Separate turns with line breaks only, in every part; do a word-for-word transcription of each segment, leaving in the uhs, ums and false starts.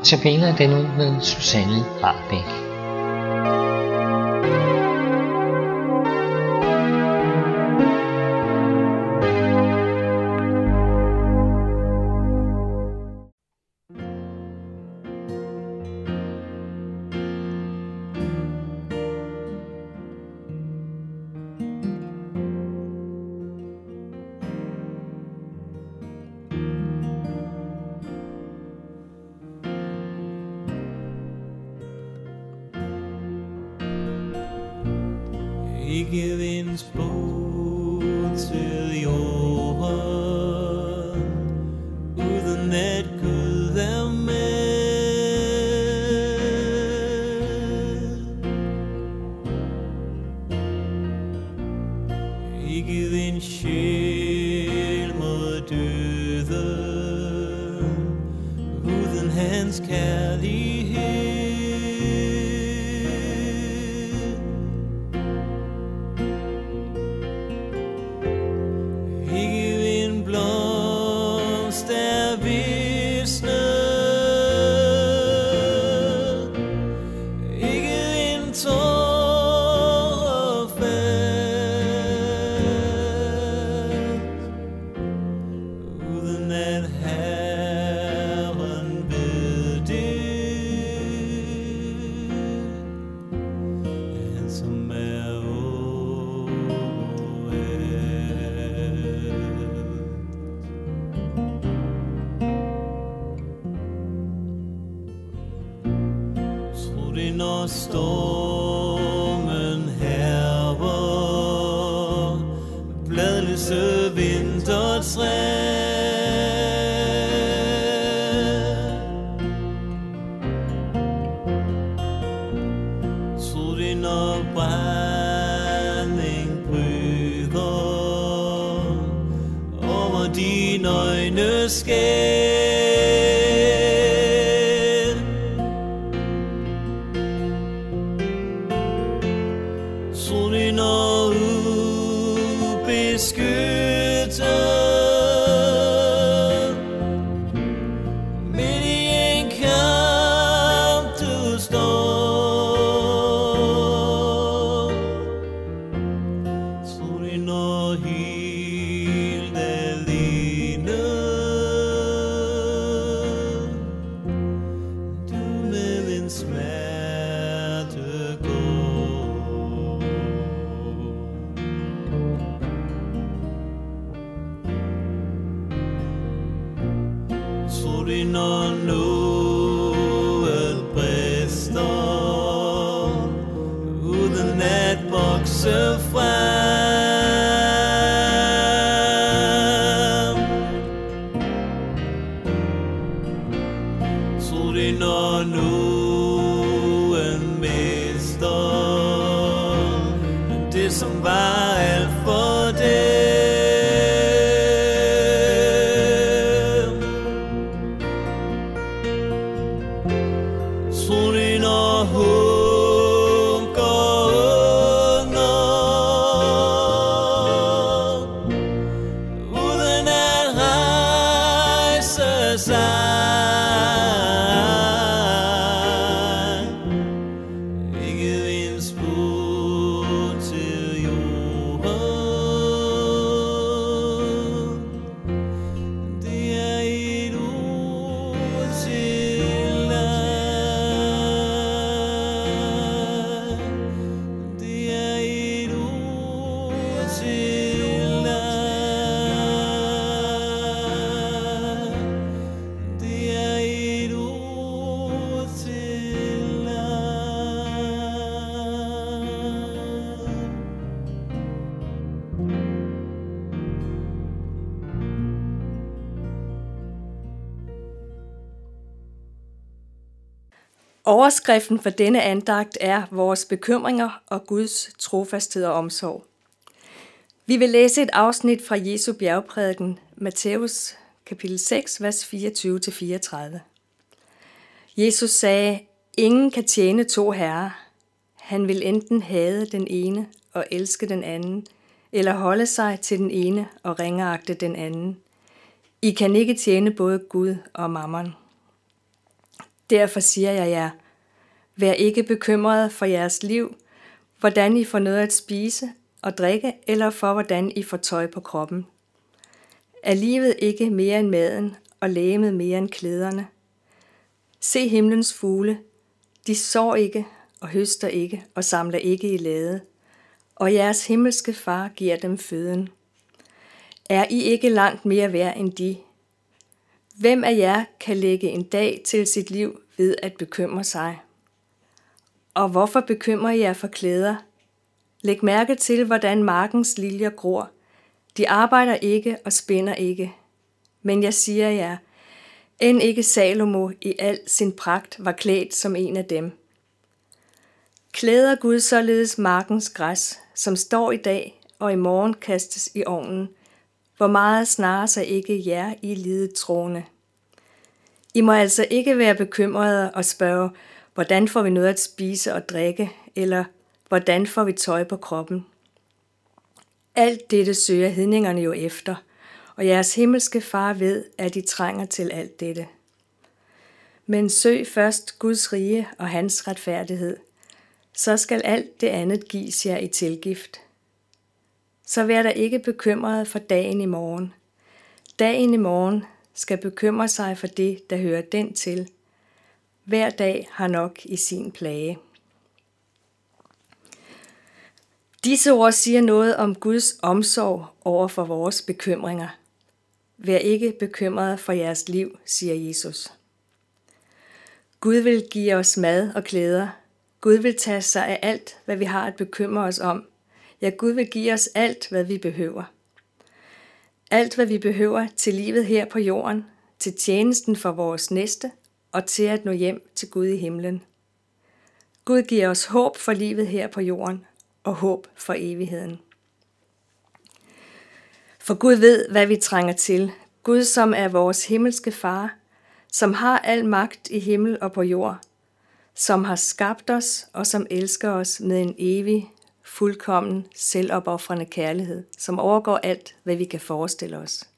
Tabiner den ud med Susanne Rahbek.
Ikke vinds båd til jorden, uden at Gud er med. Ikke vind sjæl mod døden, uden hans kærlighed. Når stormen hærger, bladløse vintertræer. Tro det, når brænding bryder over din øjne skær. Når noget brister, uden at vokse frem. Tro det, når nogen mister det, som var alt for det.
Overskriften for denne andagt er vores bekymringer og Guds trofasthed og omsorg. Vi vil læse et afsnit fra Jesu bjergprædiken, Matthæus kapitel seks, vers fireogtyve til fireogtredive. Jesus sagde, ingen kan tjene to herrer. Han vil enten hade den ene og elske den anden, eller holde sig til den ene og ringeagte den anden. I kan ikke tjene både Gud og mammon. Derfor siger jeg jer, vær ikke bekymrede for jeres liv, hvordan I får noget at spise og drikke, eller for hvordan I får tøj på kroppen. Er livet ikke mere end maden, og legemet mere end klæderne? Se himlens fugle, de sår ikke og høster ikke og samler ikke i lade, og jeres himmelske far giver dem føden. Er I ikke langt mere værd end de? Hvem af jer kan lægge en dag til sit liv ved at bekymre sig? Og hvorfor bekymrer I jer for klæder? Læg mærke til, hvordan markens liljer gror. De arbejder ikke og spinder ikke. Men jeg siger jer, end ikke Salomo i al sin pragt var klædt som en af dem. Klæder Gud således markens græs, som står i dag og i morgen kastes i ovnen, hvor meget snarere sig ikke jer i lidet troende. I må altså ikke være bekymrede og spørge, hvordan får vi noget at spise og drikke, eller hvordan får vi tøj på kroppen? Alt dette søger hedningerne jo efter, og jeres himmelske far ved, at I trænger til alt dette. Men søg først Guds rige og hans retfærdighed, så skal alt det andet gives jer i tilgift. Så vær der ikke bekymret for dagen i morgen. Dagen i morgen skal bekymre sig for det, der hører den til. Hver dag har nok i sin plage. Disse ord siger noget om Guds omsorg over for vores bekymringer. Vær ikke bekymret for jeres liv, siger Jesus. Gud vil give os mad og klæder. Gud vil tage sig af alt, hvad vi har at bekymre os om. Ja, Gud vil give os alt, hvad vi behøver. Alt, hvad vi behøver til livet her på jorden, til tjenesten for vores næste og til at nå hjem til Gud i himlen. Gud giver os håb for livet her på jorden og håb for evigheden. For Gud ved, hvad vi trænger til. Gud, som er vores himmelske far, som har al magt i himmel og på jord, som har skabt os og som elsker os med en evig, fuldkommen, selvopofrende kærlighed, som overgår alt, hvad vi kan forestille os.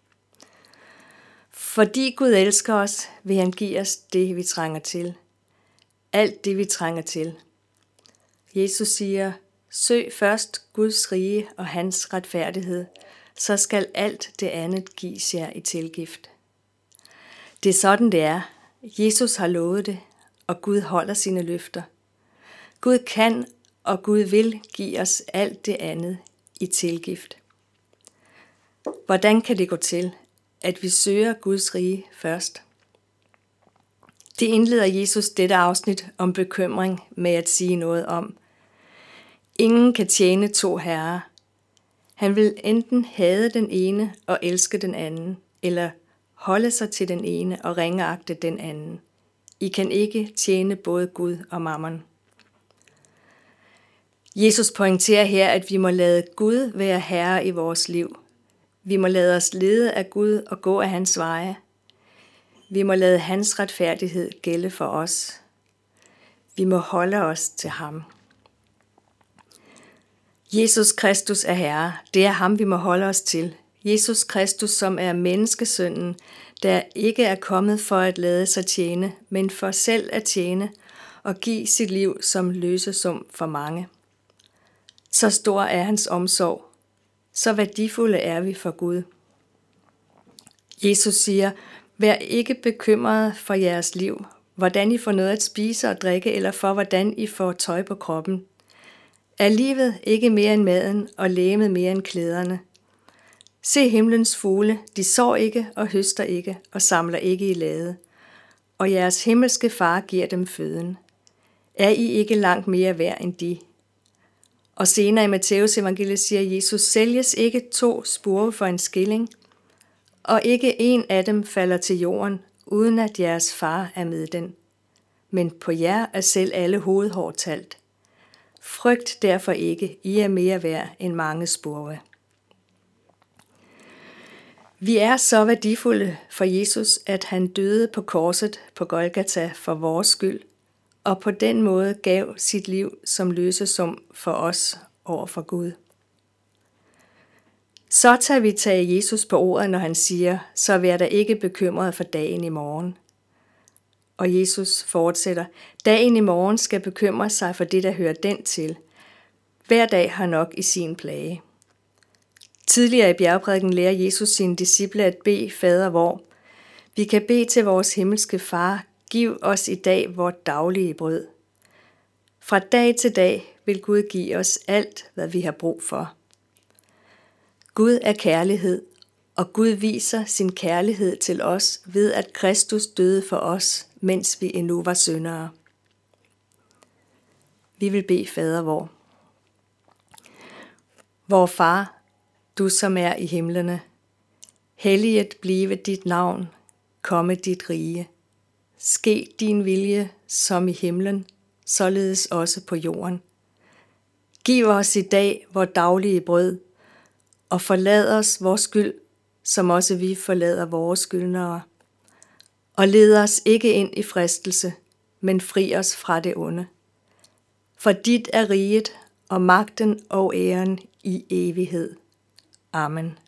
Fordi Gud elsker os, vil han give os det, vi trænger til. Alt det, vi trænger til. Jesus siger, søg først Guds rige og hans retfærdighed, så skal alt det andet gives jer i tilgift. Det er sådan, det er. Jesus har lovet det, og Gud holder sine løfter. Gud kan og Gud vil give os alt det andet i tilgift. Hvordan kan det gå til, at vi søger Guds rige først? Det indleder Jesus dette afsnit om bekymring med at sige noget om. Ingen kan tjene to herrer. Han vil enten hade den ene og elske den anden, eller holde sig til den ene og ringeagte den anden. I kan ikke tjene både Gud og mammon. Jesus pointerer her, at vi må lade Gud være herre i vores liv. Vi må lade os lede af Gud og gå af hans veje. Vi må lade hans retfærdighed gælde for os. Vi må holde os til ham. Jesus Kristus er Herre. Det er ham, vi må holde os til. Jesus Kristus, som er menneskesønnen, der ikke er kommet for at lade sig tjene, men for selv at tjene og give sit liv som løsesum for mange. Så stor er hans omsorg. Så værdifulde er vi for Gud. Jesus siger, vær ikke bekymrede for jeres liv, hvordan I får noget at spise og drikke, eller for hvordan I får tøj på kroppen. Er livet ikke mere end maden, og legemet mere end klæderne? Se himlens fugle, de sår ikke og høster ikke og samler ikke i lade, og jeres himmelske far giver dem føden. Er I ikke langt mere værd end de? Og senere i Matteus evangeliet siger Jesus, sælges ikke to spurve for en skilling, og ikke en af dem falder til jorden, uden at jeres far er med den. Men på jer er selv alle hovedhår talt. Frygt derfor ikke, I er mere værd end mange spurve. Vi er så værdifulde for Jesus, at han døde på korset på Golgata for vores skyld, og på den måde gav sit liv som løsesum for os over for Gud. Så tager vi tage Jesus på ordet, når han siger, så vær der ikke bekymret for dagen i morgen. Og Jesus fortsætter, dagen i morgen skal bekymre sig for det, der hører den til. Hver dag har nok i sin plage. Tidligere i bjergprædiken lærer Jesus sine disciple at bede Fader vor. Vi kan bede til vores himmelske Far, giv os i dag vort daglige brød. Fra dag til dag vil Gud give os alt, hvad vi har brug for. Gud er kærlighed, og Gud viser sin kærlighed til os ved, at Kristus døde for os, mens vi endnu var syndere. Vi vil bede Fader vor. Vor Far, du som er i himlene, helliget blive dit navn, komme dit rige. Ske din vilje som i himlen, således også på jorden. Giv os i dag vor daglige brød, og forlad os vores skyld, som også vi forlader vores skyldnere. Og led os ikke ind i fristelse, men fri os fra det onde. For dit er riget og magten og æren i evighed. Amen.